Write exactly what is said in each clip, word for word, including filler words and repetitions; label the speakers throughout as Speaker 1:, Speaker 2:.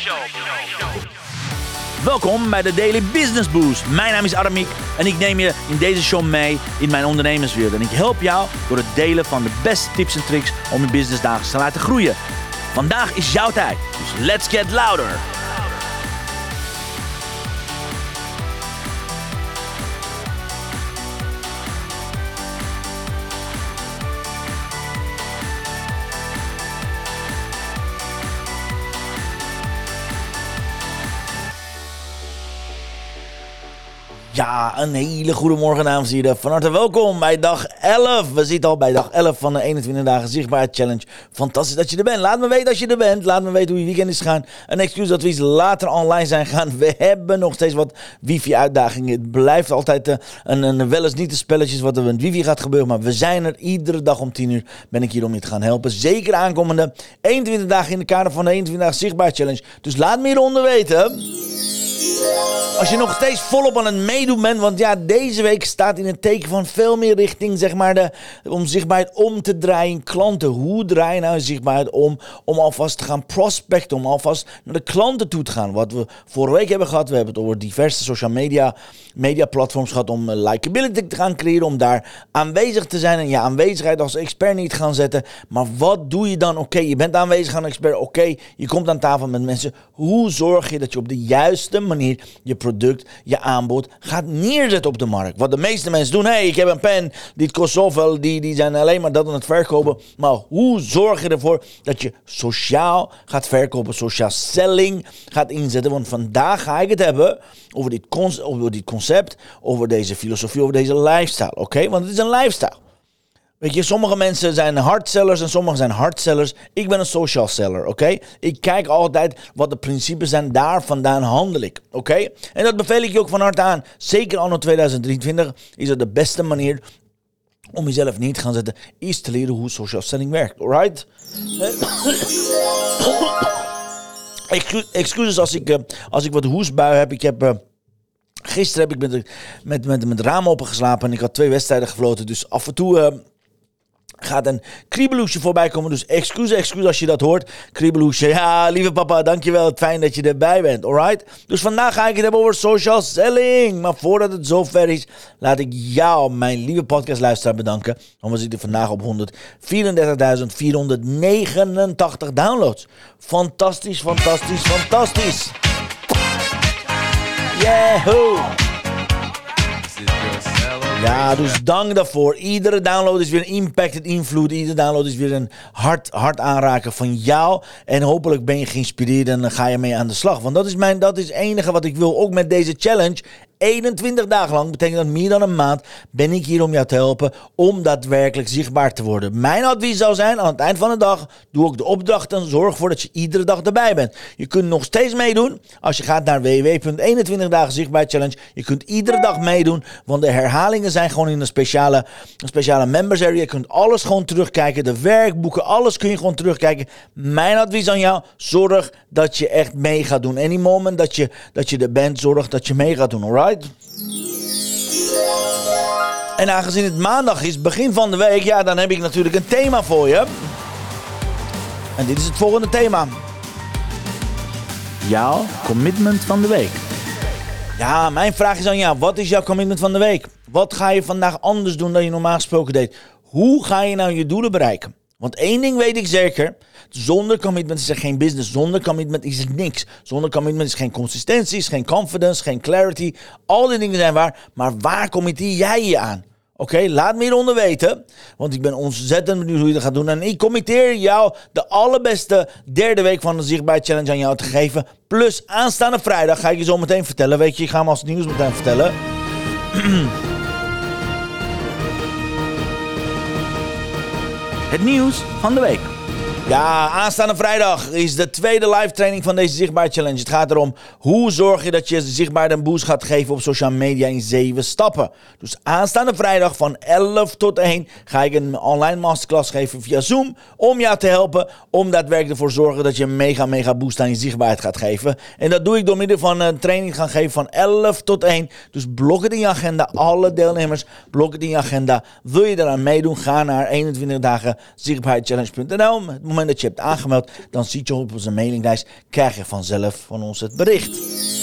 Speaker 1: Welkom bij de Daily Business Boost. Mijn naam is Aramik en ik neem je in deze show mee in mijn ondernemerswereld. En ik help jou door het delen van de beste tips en tricks om je business dagelijks te laten groeien. Vandaag is jouw tijd, dus let's get louder. Ja, een hele goede morgen, dames en heren. Van harte welkom bij dag elf. We zitten al bij dag elf van de eenentwintig dagen zichtbaarheid challenge. Fantastisch dat je er bent. Laat me weten als je er bent. Laat me weten hoe je weekend is gegaan. Een excuus dat we iets later online zijn gegaan. We hebben nog steeds wat wifi-uitdagingen. Het blijft altijd uh, een, een wel eens niet de spelletjes wat er met wifi gaat gebeuren. Maar we zijn er iedere dag om tien uur. Ben ik hier om je te gaan helpen. Zeker aankomende eenentwintig dagen in de kader van de eenentwintig dagen zichtbaarheid challenge. Dus laat me hieronder weten als je nog steeds volop aan het meedoen bent. Want ja, deze week staat in het teken van veel meer richting, zeg maar, de, om zichtbaarheid om te draaien. Klanten, hoe draai je nou zichtbaarheid om? Om alvast te gaan prospecten, om alvast naar de klanten toe te gaan. Wat we vorige week hebben gehad, we hebben het over diverse social media, media platforms gehad om likability te gaan creëren. Om daar aanwezig te zijn en je aanwezigheid als expert niet te gaan zetten. Maar wat doe je dan? Oké, okay, je bent aanwezig aan expert. Oké, okay, je komt aan tafel met mensen. Hoe zorg je dat je op de juiste manier je product, je aanbod gaat neerzetten op de markt? Wat de meeste mensen doen, hé, hey, ik heb een pen, dit kost zoveel, die, die zijn alleen maar dat aan het verkopen. Maar hoe zorg je ervoor dat je sociaal gaat verkopen, sociaal selling gaat inzetten? Want vandaag ga ik het hebben over dit, concept, over dit concept, over deze filosofie, over deze lifestyle, oké? Okay? Want het is een lifestyle. Weet je, sommige mensen zijn hardsellers en sommigen zijn hardsellers. Ik ben een social seller, oké? Okay? Ik kijk altijd wat de principes zijn, daar vandaan handel ik, oké? Okay? En dat beveel ik je ook van harte aan. Zeker anno tweeduizend drieëntwintig is het de beste manier om jezelf niet te gaan zetten, is te leren hoe social selling werkt, alright? Excuses als ik, als ik wat hoestbui heb. Ik heb... Uh, Gisteren heb ik met, met, met, met het raam opengeslapen en ik had twee wedstrijden gefloten. Dus af en toe uh, gaat een kriebeloesje voorbij komen. Dus excuus, excuus als je dat hoort. Kriebeloesje, ja, lieve papa, dankjewel. Het fijn dat je erbij bent, alright? Dus vandaag ga ik het hebben over social selling. Maar voordat het zover is, laat ik jou, mijn lieve podcastluisteraar, bedanken. Want we zitten vandaag op honderdvierendertigduizend vierhonderdnegenentachtig downloads. Fantastisch, fantastisch, fantastisch. Yahoo! Ja, dus dank daarvoor. Iedere download is weer een impact, een invloed. Iedere download is weer een hart, hart aanraken van jou. En hopelijk ben je geïnspireerd en ga je mee aan de slag. Want dat is, mijn, dat is het enige wat ik wil, ook met deze challenge. eenentwintig dagen lang, betekent dat meer dan een maand, ben ik hier om jou te helpen om daadwerkelijk zichtbaar te worden. Mijn advies zou zijn, aan het eind van de dag, doe ook de opdracht en zorg ervoor dat je iedere dag erbij bent. Je kunt nog steeds meedoen als je gaat naar w w w punt eenentwintig dagen zichtbaar challenge. Je kunt iedere dag meedoen, want de herhalingen zijn gewoon in een speciale, een speciale members area. Je kunt alles gewoon terugkijken, de werkboeken, alles kun je gewoon terugkijken. Mijn advies aan jou, zorg dat je echt mee gaat doen. Any moment dat je, dat je er bent, zorg dat je mee gaat doen, alright? En aangezien het maandag is, begin van de week, ja, dan heb ik natuurlijk een thema voor je. En dit is het volgende thema. Jouw commitment van de week. Ja, mijn vraag is aan jou. Wat is jouw commitment van de week? Wat ga je vandaag anders doen dan je normaal gesproken deed? Hoe ga je nou je doelen bereiken? Want één ding weet ik zeker. Zonder commitment is er geen business. Zonder commitment is er niks. Zonder commitment is geen consistentie, is geen confidence, geen clarity. Al die dingen zijn waar. Maar waar committeer jij je aan? Oké, okay, laat me hieronder weten. Want ik ben ontzettend benieuwd hoe je dat gaat doen. En ik committeer jou de allerbeste derde week van de Zichtbaar Challenge aan jou te geven. Plus aanstaande vrijdag ga ik je zo meteen vertellen. Weet je, ik ga hem als het nieuws meteen vertellen. Het nieuws van de week. Ja, aanstaande vrijdag is de tweede live training van deze Zichtbaar Challenge. Het gaat erom hoe zorg je dat je zichtbaar een boost gaat geven op social media in zeven stappen. Dus aanstaande vrijdag van elf tot één ga ik een online masterclass geven via Zoom. Om jou te helpen om daadwerkelijk ervoor te zorgen dat je een mega mega boost aan je zichtbaarheid gaat geven. En dat doe ik door middel van een training gaan geven van elf tot één. Dus blok het in je agenda. Alle deelnemers, blok het in je agenda. Wil je eraan meedoen? Ga naar eenentwintig dagen zichtbaarheid challenge punt n l. Het moment moment dat je hebt aangemeld, dan ziet je op onze mailinglijst, krijg je vanzelf van ons het bericht.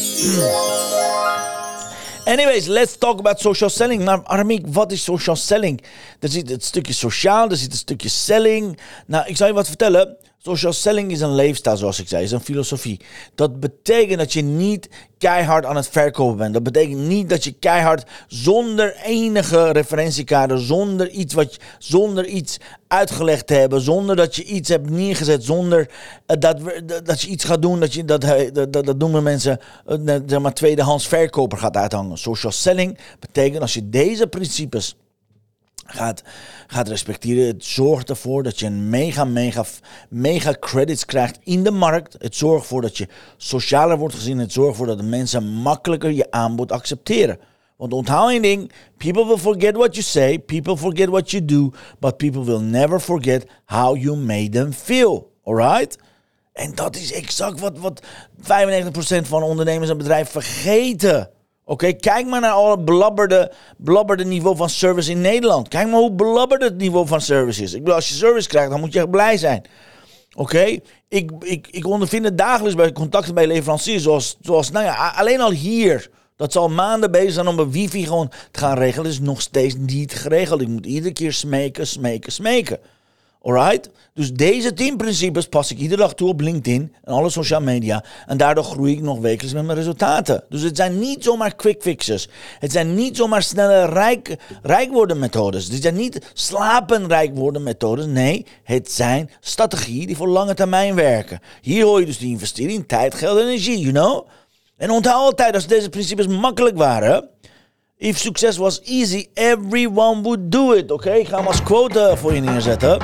Speaker 1: Anyways, let's talk about social selling. Maar Aramik, wat is social selling? Er zit een stukje sociaal, er zit een stukje selling. Nou, ik zal je wat vertellen. Social selling is een leefstijl, zoals ik zei, is een filosofie. Dat betekent dat je niet keihard aan het verkopen bent. Dat betekent niet dat je keihard zonder enige referentiekader, zonder iets, wat, zonder iets uitgelegd te hebben, zonder dat je iets hebt neergezet, zonder uh, dat, dat, dat je iets gaat doen, dat, je, dat, dat, dat, dat noemen mensen uh, zeg maar tweedehands verkoper gaat uithangen. Social selling betekent als je deze principes Gaat, gaat respecteren. Het zorgt ervoor dat je een mega, mega, mega credits krijgt in de markt. Het zorgt ervoor dat je socialer wordt gezien. Het zorgt ervoor dat de mensen makkelijker je aanbod accepteren. Want onthoud één ding. People will forget what you say. People forget what you do. But people will never forget how you made them feel. Alright? En dat is exact wat, wat vijfennegentig procent van ondernemers en bedrijven vergeten. Oké, okay, kijk maar naar al het belabberde, belabberde niveau van service in Nederland. Kijk maar hoe belabberd het niveau van service is. Ik bedoel, als je service krijgt, dan moet je echt blij zijn. Oké, okay? ik, ik, ik ondervind het dagelijks bij contacten bij leveranciers. Zoals, zoals, nou ja, alleen al hier. Dat ze al maanden bezig zijn om een wifi gewoon te gaan regelen. Dat is nog steeds niet geregeld. Ik moet iedere keer smeken, smeken, smeken. Alright? Dus deze tien principes pas ik iedere dag toe op LinkedIn en alle social media. En daardoor groei ik nog wekelijks met mijn resultaten. Dus het zijn niet zomaar quick fixes. Het zijn niet zomaar snelle rijk, rijk worden methodes. Het zijn niet slapen rijk worden methodes. Nee, het zijn strategieën die voor lange termijn werken. Hier hoor je dus die investering in tijd, geld en energie, you know? En onthoud altijd, als deze principes makkelijk waren, if success was easy, everyone would do it. Oké, okay? Ik ga hem als quote voor je neerzetten.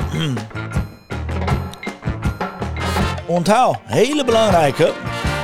Speaker 1: Onthoud, hele belangrijke.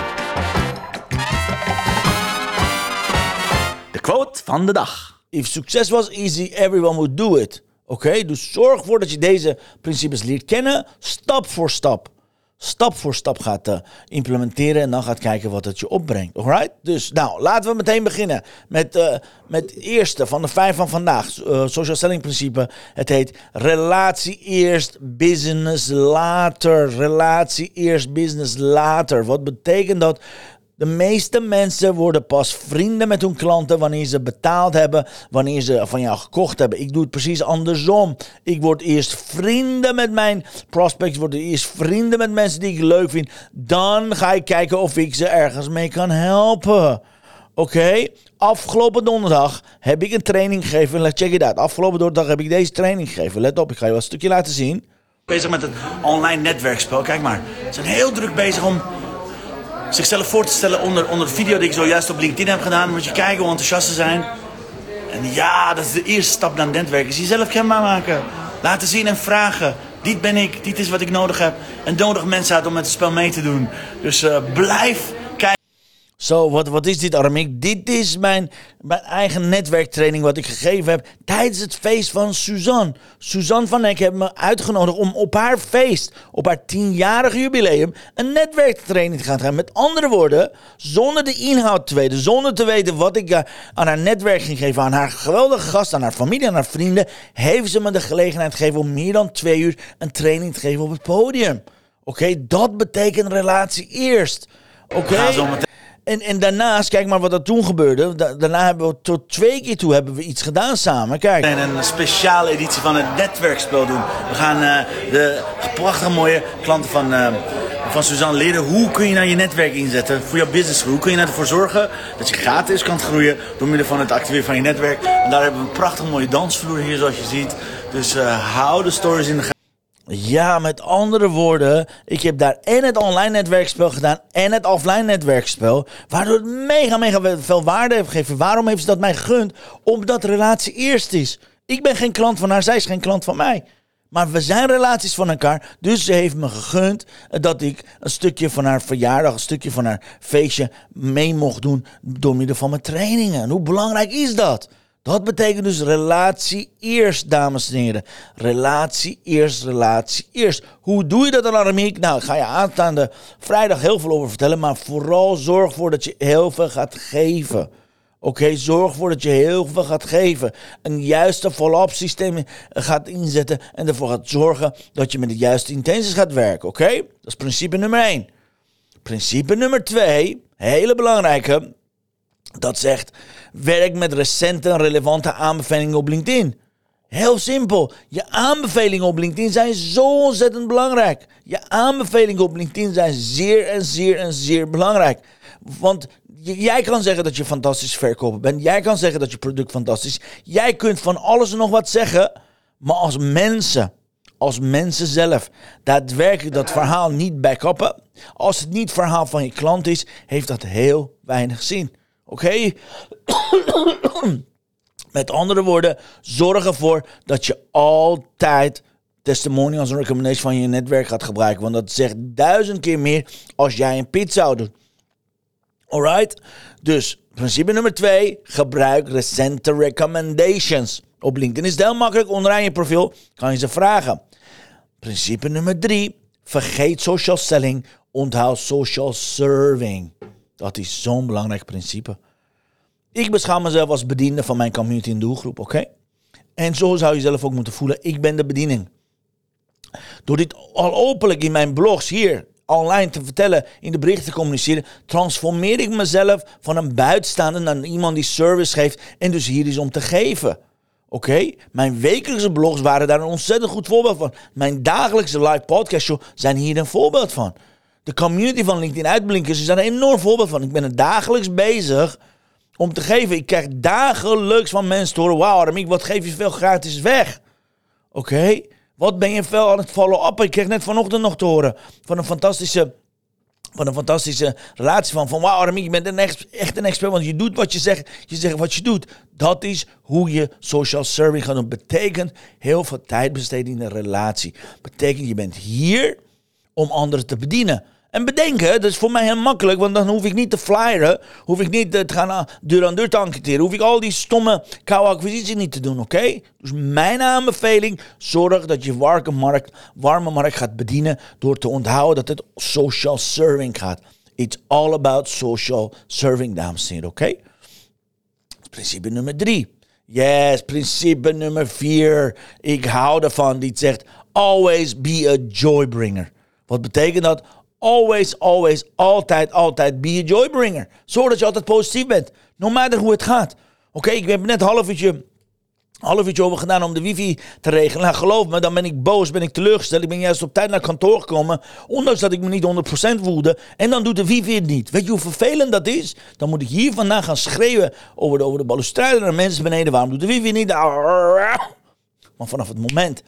Speaker 1: De quote van de dag. If success was easy, everyone would do it. Oké, okay? Dus zorg ervoor dat je deze principes leert kennen, stap voor stap. Stap voor stap gaat uh, implementeren en dan gaat kijken wat het je opbrengt. Alright? Dus nou, laten we meteen beginnen met, uh, met het eerste van de vijf van vandaag. Uh, social selling principe. Het heet relatie eerst, business later. Relatie eerst, business later. Wat betekent dat? De meeste mensen worden pas vrienden met hun klanten wanneer ze betaald hebben, wanneer ze van jou gekocht hebben. Ik doe het precies andersom. Ik word eerst vrienden met mijn prospects, word eerst vrienden met mensen die ik leuk vind. Dan ga ik kijken of ik ze ergens mee kan helpen. Oké, okay? Afgelopen donderdag heb ik een training gegeven. Check it out. Afgelopen donderdag heb ik deze training gegeven. Let op, ik ga je wel een stukje laten zien. Bezig met het online netwerkspel. Kijk maar, ze zijn heel druk bezig om zichzelf voor te stellen onder, onder de video die ik zojuist op LinkedIn heb gedaan. Moet je kijken hoe enthousiast ze zijn. En ja, dat is de eerste stap naar het netwerken. Is jezelf kenbaar maken. Laten zien en vragen. Dit ben ik, dit is wat ik nodig heb. En nodig mensen uit om met het spel mee te doen. Dus uh, blijf kijken. Zo, so, wat, wat is dit, Aramik? Dit is mijn, mijn eigen netwerktraining wat ik gegeven heb tijdens het feest van Suzanne. Suzanne van Eck heeft me uitgenodigd om op haar feest, op haar tienjarig jubileum, een netwerktraining te gaan geven. Met andere woorden, zonder de inhoud te weten, zonder te weten wat ik uh, aan haar netwerk ging geven, aan haar geweldige gast, aan haar familie, aan haar vrienden, heeft ze me de gelegenheid gegeven om meer dan twee uur een training te geven op het podium. Oké, okay, dat betekent relatie eerst. Oké. Okay? En, en daarnaast, kijk maar wat er toen gebeurde. Da- daarna hebben we tot twee keer toe hebben we iets gedaan samen. Kijk. En een speciale editie van het netwerkspel doen. We gaan uh, de prachtige mooie klanten van, uh, van Suzanne leren. Hoe kun je nou je netwerk inzetten voor jouw business? Hoe kun je ervoor zorgen dat je gratis kan groeien door middel van het activeren van je netwerk? En daar hebben we een prachtige mooie dansvloer hier zoals je ziet. Dus uh, hou de stories in de gaten. Ja, met andere woorden, ik heb daar en het online netwerkspel gedaan en het offline netwerkspel, waardoor het mega, mega veel waarde heeft gegeven. Waarom heeft ze dat mij gegund? Omdat relatie eerst is. Ik ben geen klant van haar, zij is geen klant van mij. Maar we zijn relaties van elkaar, dus ze heeft me gegund dat ik een stukje van haar verjaardag, een stukje van haar feestje mee mocht doen door middel van mijn trainingen. En hoe belangrijk is dat? Dat betekent dus relatie eerst, dames en heren. Relatie eerst, relatie eerst. Hoe doe je dat dan, Aramik? Nou, ik ga je aanstaande vrijdag heel veel over vertellen. Maar vooral zorg ervoor dat je heel veel gaat geven. Oké, okay, zorg ervoor dat je heel veel gaat geven. Een juiste follow-up systeem gaat inzetten. En ervoor gaat zorgen dat je met de juiste intenties gaat werken. Oké, okay? Dat is principe nummer één. Principe nummer twee, hele belangrijke. Dat zegt, werk met recente en relevante aanbevelingen op LinkedIn. Heel simpel. Je aanbevelingen op LinkedIn zijn zo ontzettend belangrijk. Je aanbevelingen op LinkedIn zijn zeer en zeer en zeer belangrijk. Want jij kan zeggen dat je fantastisch verkoper bent. Jij kan zeggen dat je product fantastisch is. Jij kunt van alles en nog wat zeggen. Maar als mensen, als mensen zelf daadwerkelijk dat verhaal niet backuppen. Als het niet het verhaal van je klant is, heeft dat heel weinig zin. Oké? Okay? Met andere woorden, zorg ervoor dat je altijd testimonials en recommendations van je netwerk gaat gebruiken. Want dat zegt duizend keer meer als jij een pitch zou doen. Alright? Dus, principe nummer twee, gebruik recente recommendations. Op LinkedIn is het heel makkelijk, onderaan je profiel kan je ze vragen. Principe nummer drie, vergeet social selling, onthoud social serving. Dat is zo'n belangrijk principe. Ik beschouw mezelf als bediende van mijn community en doelgroep, oké? Okay? En zo zou je zelf ook moeten voelen. Ik ben de bediening. Door dit al openlijk in mijn blogs hier online te vertellen, in de berichten te communiceren, transformeer ik mezelf van een buitenstaander naar iemand die service geeft en dus hier is om te geven. Oké? Okay? Mijn wekelijkse blogs waren daar een ontzettend goed voorbeeld van. Mijn dagelijkse live podcast show zijn hier een voorbeeld van. De community van LinkedIn Uitblinkers is daar een enorm voorbeeld van. Ik ben er dagelijks bezig om te geven. Ik krijg dagelijks van mensen te horen, wauw Remiek, wat geef je veel gratis weg? Oké? Okay? Wat ben je veel aan het follow-up? Ik kreeg net vanochtend nog te horen van een fantastische, van een fantastische relatie van, van wauw Remiek, je bent een echt, echt een expert, want je doet wat je zegt, je zegt wat je doet. Dat is hoe je social serving gaat doen. Betekent heel veel tijd besteden in een relatie. Betekent je bent hier om anderen te bedienen. En bedenken, dat is voor mij heel makkelijk, want dan hoef ik niet te flyeren, hoef ik niet te gaan deur aan deur te enquêteren, hoef ik al die stomme koude acquisitie niet te doen, oké? Okay? Dus mijn aanbeveling, zorg dat je warme markt, warme markt gaat bedienen door te onthouden dat het social serving gaat. It's all about social serving, dames en heren, oké? Okay? Principe nummer drie. Yes, principe nummer vier. Ik hou ervan, die zegt, always be a joybringer. Wat betekent dat? Always, always, altijd, altijd be a joybringer. Zorg dat je altijd positief bent. No matter hoe het gaat. Oké, okay, ik heb net een half uurtje, half uurtje over gedaan om de wifi te regelen. Nou, geloof me, dan ben ik boos, ben ik teleurgesteld. Ik ben juist op tijd naar kantoor gekomen. Ondanks dat ik me niet honderd procent voelde. En dan doet de wifi het niet. Weet je hoe vervelend dat is? Dan moet ik hier vandaan gaan schreeuwen over de, over de balustrade naar mensen beneden. Waarom doet de wifi niet? Maar vanaf het moment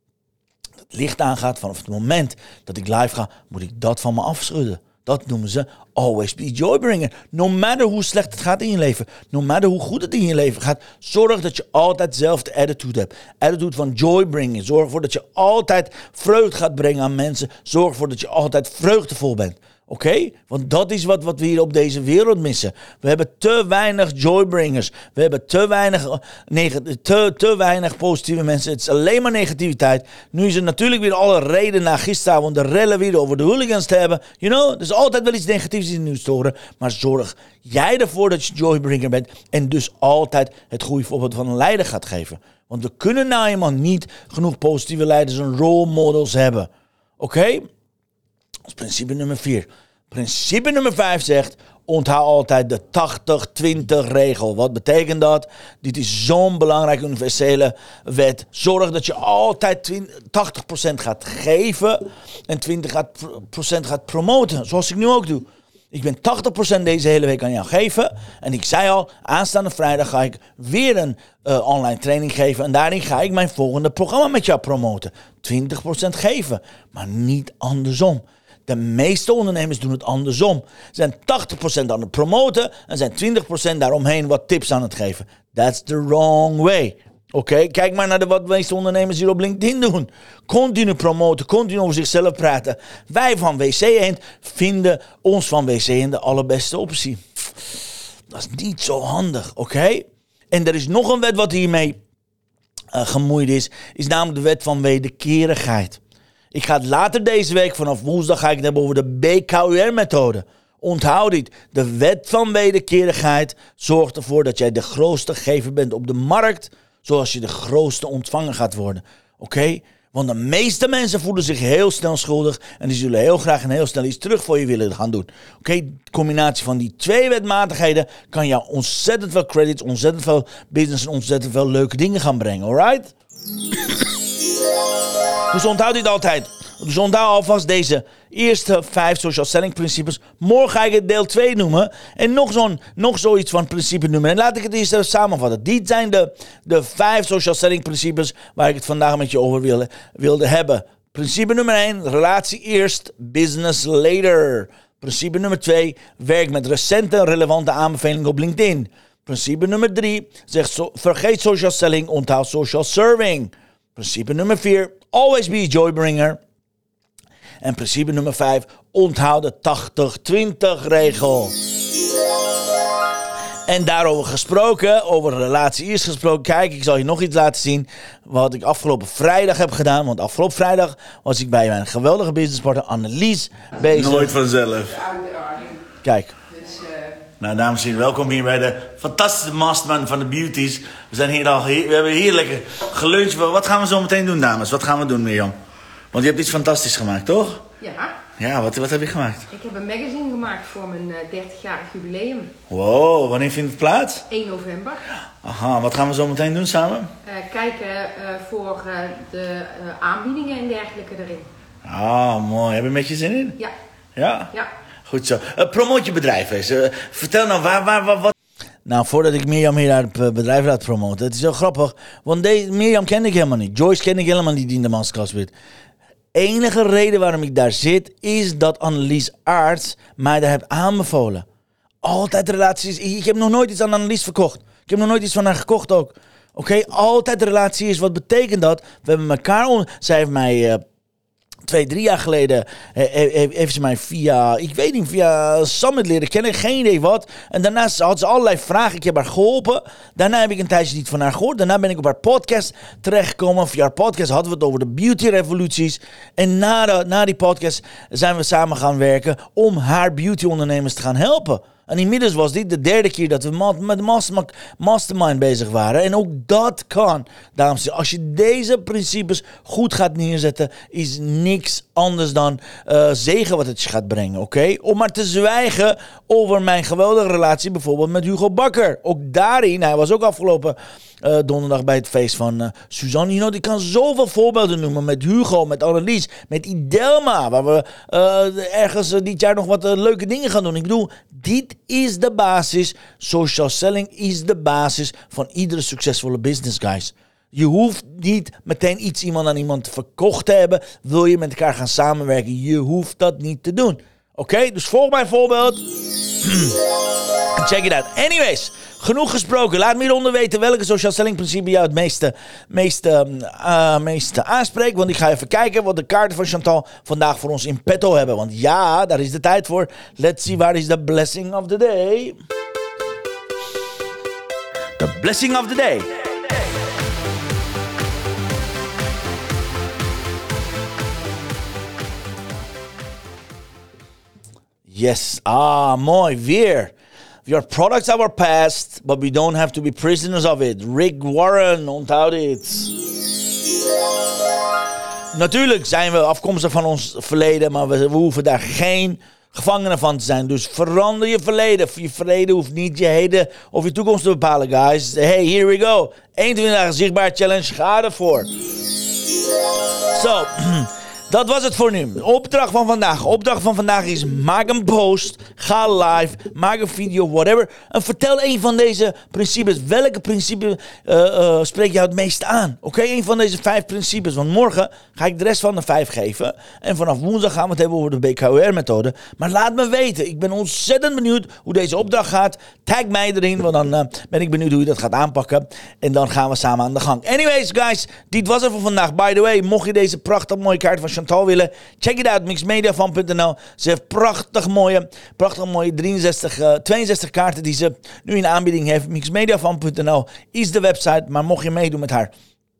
Speaker 1: het licht aangaat, vanaf het moment dat ik live ga, moet ik dat van me afschudden. Dat noemen ze always be joybringer. No matter hoe slecht het gaat in je leven, no matter hoe goed het in je leven gaat, zorg dat je altijd dezelfde attitude hebt. Attitude van joybringing. Zorg ervoor dat je altijd vreugde gaat brengen aan mensen. Zorg ervoor dat je altijd vreugdevol bent. Oké? Okay? Want dat is wat, wat we hier op deze wereld missen. We hebben te weinig joybringers. We hebben te weinig, neg- te, te weinig positieve mensen. Het is alleen maar negativiteit. Nu is er natuurlijk weer alle reden na gisteravond de rellen weer over de hooligans te hebben. You know, er is altijd wel iets negatiefs in het nieuws te horen. Maar zorg jij ervoor dat je joybringer bent. En dus altijd het goede voorbeeld van een leider gaat geven. Want we kunnen nou eenmaal niet genoeg positieve leiders en role models hebben. Oké? Okay? Dat is principe nummer vier. Principe nummer vijf zegt, onthoud altijd de tachtig twintig regel. Wat betekent dat? Dit is zo'n belangrijke universele wet. Zorg dat je altijd tachtig procent gaat geven en twintig procent gaat promoten. Zoals ik nu ook doe. Ik ben tachtig procent deze hele week aan jou geven. En ik zei al, aanstaande vrijdag ga ik weer een uh, online training geven. En daarin ga ik mijn volgende programma met jou promoten. twintig procent geven, maar niet andersom. De meeste ondernemers doen het andersom. Ze zijn tachtig procent aan het promoten en zijn twintig procent daaromheen wat tips aan het geven. That's the wrong way. Oké, okay? Kijk maar naar de wat de meeste ondernemers hier op LinkedIn doen. Continu promoten, continu over zichzelf praten. Wij van W C Eend vinden ons van W C Eend de allerbeste optie. Dat is niet zo handig, oké? Okay? En er is nog een wet wat hiermee uh, gemoeid is. Is namelijk de wet van wederkerigheid. Ik ga het later deze week, vanaf woensdag, ga ik het hebben over de B K U R-methode. Onthoud dit. De wet van wederkerigheid zorgt ervoor dat jij de grootste gever bent op de markt, zoals je de grootste ontvanger gaat worden. Oké? Okay? Want de meeste mensen voelen zich heel snel schuldig en die zullen heel graag en heel snel iets terug voor je willen gaan doen. Oké, okay? De combinatie van die twee wetmatigheden kan jou ontzettend veel credits, ontzettend veel business en ontzettend veel leuke dingen gaan brengen. Alright? Dus onthoud dit altijd. Dus onthoud alvast deze eerste vijf social selling principes. Morgen ga ik het deel twee noemen. En nog, zo'n, nog zoiets van principe noemen. En laat ik het eerst even samenvatten. Dit zijn de, de vijf social selling principes waar ik het vandaag met je over wilde, wilde hebben. Principe nummer één. Relatie eerst, business later. Principe nummer twee. Werk met recente en relevante aanbevelingen op LinkedIn. Principe nummer drie. Zegt so, vergeet social selling, onthoud social serving. Principe nummer vier. Always be a joybringer. En principe nummer vijf, onthoud de tachtig twintig regel. En daarover gesproken, over relatie eerst gesproken. Kijk, ik zal je nog iets laten zien wat ik afgelopen vrijdag heb gedaan. Want afgelopen vrijdag was ik bij mijn geweldige businesspartner Annelies bezig.
Speaker 2: Nooit vanzelf.
Speaker 1: Kijk.
Speaker 2: Nou, dames en heren, welkom hier bij de fantastische mastermind van de beauties. We zijn hier al, we hebben hier lekker geluncht. Wat gaan we zo meteen doen, dames? Wat gaan we doen, Mirjam? Want je hebt iets fantastisch gemaakt, toch?
Speaker 3: Ja.
Speaker 2: Ja, wat, wat heb je gemaakt?
Speaker 3: Ik heb een magazine gemaakt voor mijn uh, dertigjarig jubileum.
Speaker 2: Wow, wanneer vindt het plaats?
Speaker 3: één november.
Speaker 2: Aha, wat gaan we zo meteen doen samen?
Speaker 3: Uh, kijken uh, voor uh, de uh, aanbiedingen en dergelijke erin.
Speaker 2: Ah, mooi. Heb je een beetje zin in?
Speaker 3: Ja.
Speaker 2: Ja?
Speaker 3: Ja.
Speaker 2: Goed zo. Uh, promoot je bedrijf eens. Uh, vertel nou, waar, waar, waar, wat...
Speaker 1: Nou, voordat ik Mirjam hier naar het bedrijf laat promoten. Het is heel grappig, want deze, Mirjam ken ik helemaal niet. Joyce ken ik helemaal niet die in de masterclass zit. Enige reden waarom ik daar zit, is dat Annelies Aarts mij daar heeft aanbevolen. Altijd relaties. Ik heb nog nooit iets aan Annelies verkocht. Ik heb nog nooit iets van haar gekocht ook. Oké, okay? Altijd relatie is. Wat betekent dat? We hebben elkaar... On- Zij heeft mij... Uh, Twee, drie jaar geleden heeft ze mij via, ik weet niet, via Summit leren kennen. Geen idee wat. En daarna had ze allerlei vragen. Ik heb haar geholpen. Daarna heb ik een tijdje niet van haar gehoord. Daarna ben ik op haar podcast terechtgekomen. Via haar podcast hadden we het over de beauty revoluties. En na, de, na die podcast zijn we samen gaan werken om haar beauty ondernemers te gaan helpen. En inmiddels was dit de derde keer dat we met de mastermind bezig waren. En ook dat kan. Dames en heren, als je deze principes goed gaat neerzetten, is niks anders dan uh, zegen wat het je gaat brengen. Oké? Okay? Om maar te zwijgen over mijn geweldige relatie bijvoorbeeld met Hugo Bakker. Ook daarin, hij was ook afgelopen uh, donderdag bij het feest van uh, Suzanne. You know, ik kan zoveel voorbeelden noemen met Hugo, met Annelies, met Idelma. Waar we uh, ergens uh, dit jaar nog wat uh, leuke dingen gaan doen. Ik bedoel, dit is de basis. Social selling is de basis van iedere succesvolle business, guys. Je hoeft niet meteen iets iemand aan iemand verkocht te hebben. Wil je met elkaar gaan samenwerken? Je hoeft dat niet te doen. Oké, okay? Dus volg mijn voorbeeld. Check it out. Anyways, genoeg gesproken. Laat me hieronder weten welke social selling principe jou het meeste, meeste, uh, meeste aanspreekt. Want ik ga even kijken wat de kaarten van Chantal vandaag voor ons in petto hebben. Want ja, daar is de tijd voor. Let's see, waar is de blessing of the day? The blessing of the day. Yes, ah, mooi, weer. Your products are our past, but we don't have to be prisoners of it. Rick Warren, onthoud dit. Natuurlijk zijn we afkomstig van ons verleden, maar we, we hoeven daar geen gevangenen van te zijn. Dus verander je verleden. Je verleden hoeft niet je heden of je toekomst te bepalen, guys. Hey, here we go. eenentwintig dagen zichtbaar challenge, ga ervoor. Zo. So, dat was het voor nu. Opdracht van vandaag. Opdracht van vandaag is: maak een post, ga live, maak een video, whatever. En vertel een van deze principes. Welke principe uh, uh, spreekt jou het meest aan? Oké, okay? Een van deze vijf principes. Want morgen ga ik de rest van de vijf geven. En vanaf woensdag gaan we het hebben over de B K O R-methode. Maar laat me weten. Ik ben ontzettend benieuwd hoe deze opdracht gaat. Tag mij erin, want dan uh, ben ik benieuwd hoe je dat gaat aanpakken. En dan gaan we samen aan de gang. Anyways, guys, dit was het voor vandaag. By the way, mocht je deze prachtig mooie kaart van Chantal willen, check it out, mixmediafan punt n l. Ze heeft prachtig mooie, prachtig mooie drieënzestig, uh, tweeënzestig kaarten die ze nu in aanbieding heeft. mixmediafan punt n l is de website, maar mocht je meedoen met haar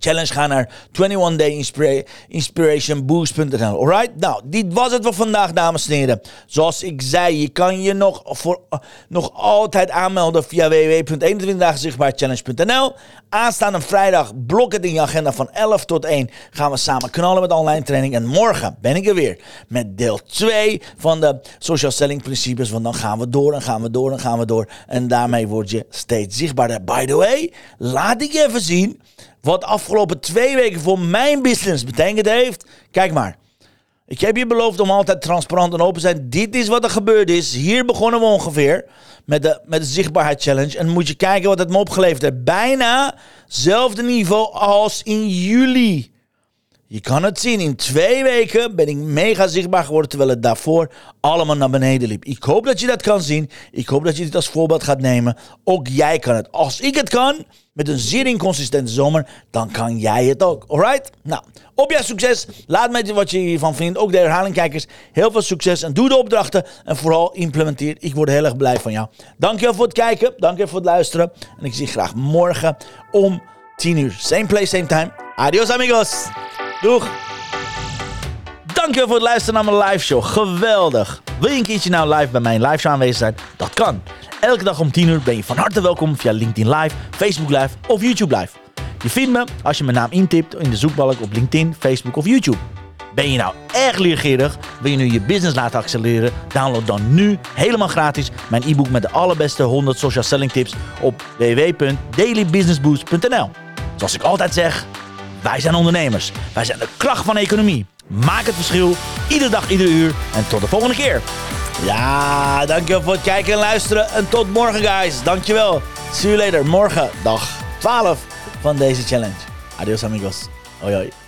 Speaker 1: challenge, ga naar eenentwintig day inspiration boost punt n l. Alright? Nou, dit was het voor vandaag, dames en heren. Zoals ik zei, je kan je nog, voor, uh, nog altijd aanmelden via w w w punt eenentwintig dagen zichtbaar challenge punt n l. Aanstaande vrijdag, blok het in je agenda van elf tot één. Gaan we samen knallen met online training. En morgen ben ik er weer met deel twee van de social selling principes. Want dan gaan we door en gaan we door en gaan we door. En daarmee word je steeds zichtbaarder. By the way, laat ik je even zien wat de afgelopen twee weken voor mijn business betekend heeft. Kijk maar. Ik heb je beloofd om altijd transparant en open te zijn. Dit is wat er gebeurd is. Hier begonnen we ongeveer met de, met de zichtbaarheid challenge. En moet je kijken wat het me opgeleverd heeft. Bijna hetzelfde niveau als in juli. Je kan het zien. In twee weken ben ik mega zichtbaar geworden, terwijl het daarvoor allemaal naar beneden liep. Ik hoop dat je dat kan zien. Ik hoop dat je dit als voorbeeld gaat nemen. Ook jij kan het. Als ik het kan, met een zeer inconsistente zomer, dan kan jij het ook. Alright? Nou, op jouw succes. Laat me weten wat je hiervan vindt. Ook de herhalingkijkers. Heel veel succes. En doe de opdrachten. En vooral implementeer. Ik word heel erg blij van jou. Dankjewel voor het kijken. Dankjewel voor het luisteren. En ik zie je graag morgen om tien uur. Same place, same time. Adios amigos. Doeg! Dankjewel voor het luisteren naar mijn live show. Geweldig! Wil je een keertje nou live bij mijn live show aanwezig zijn? Dat kan. Elke dag om tien uur ben je van harte welkom via LinkedIn Live, Facebook Live of YouTube Live. Je vindt me als je mijn naam intipt in de zoekbalk op LinkedIn, Facebook of YouTube. Ben je nou erg leergierig? Wil je nu je business laten accelereren? Download dan nu helemaal gratis mijn e-book met de allerbeste honderd social selling tips op w w w punt daily business boost punt n l. Zoals ik altijd zeg, wij zijn ondernemers. Wij zijn de kracht van de economie. Maak het verschil, iedere dag, iedere uur. En tot de volgende keer. Ja, dankjewel voor het kijken en luisteren. En tot morgen, guys. Dankjewel. See you later. Morgen, dag twaalf van deze challenge. Adios, amigos. Hoi, hoi.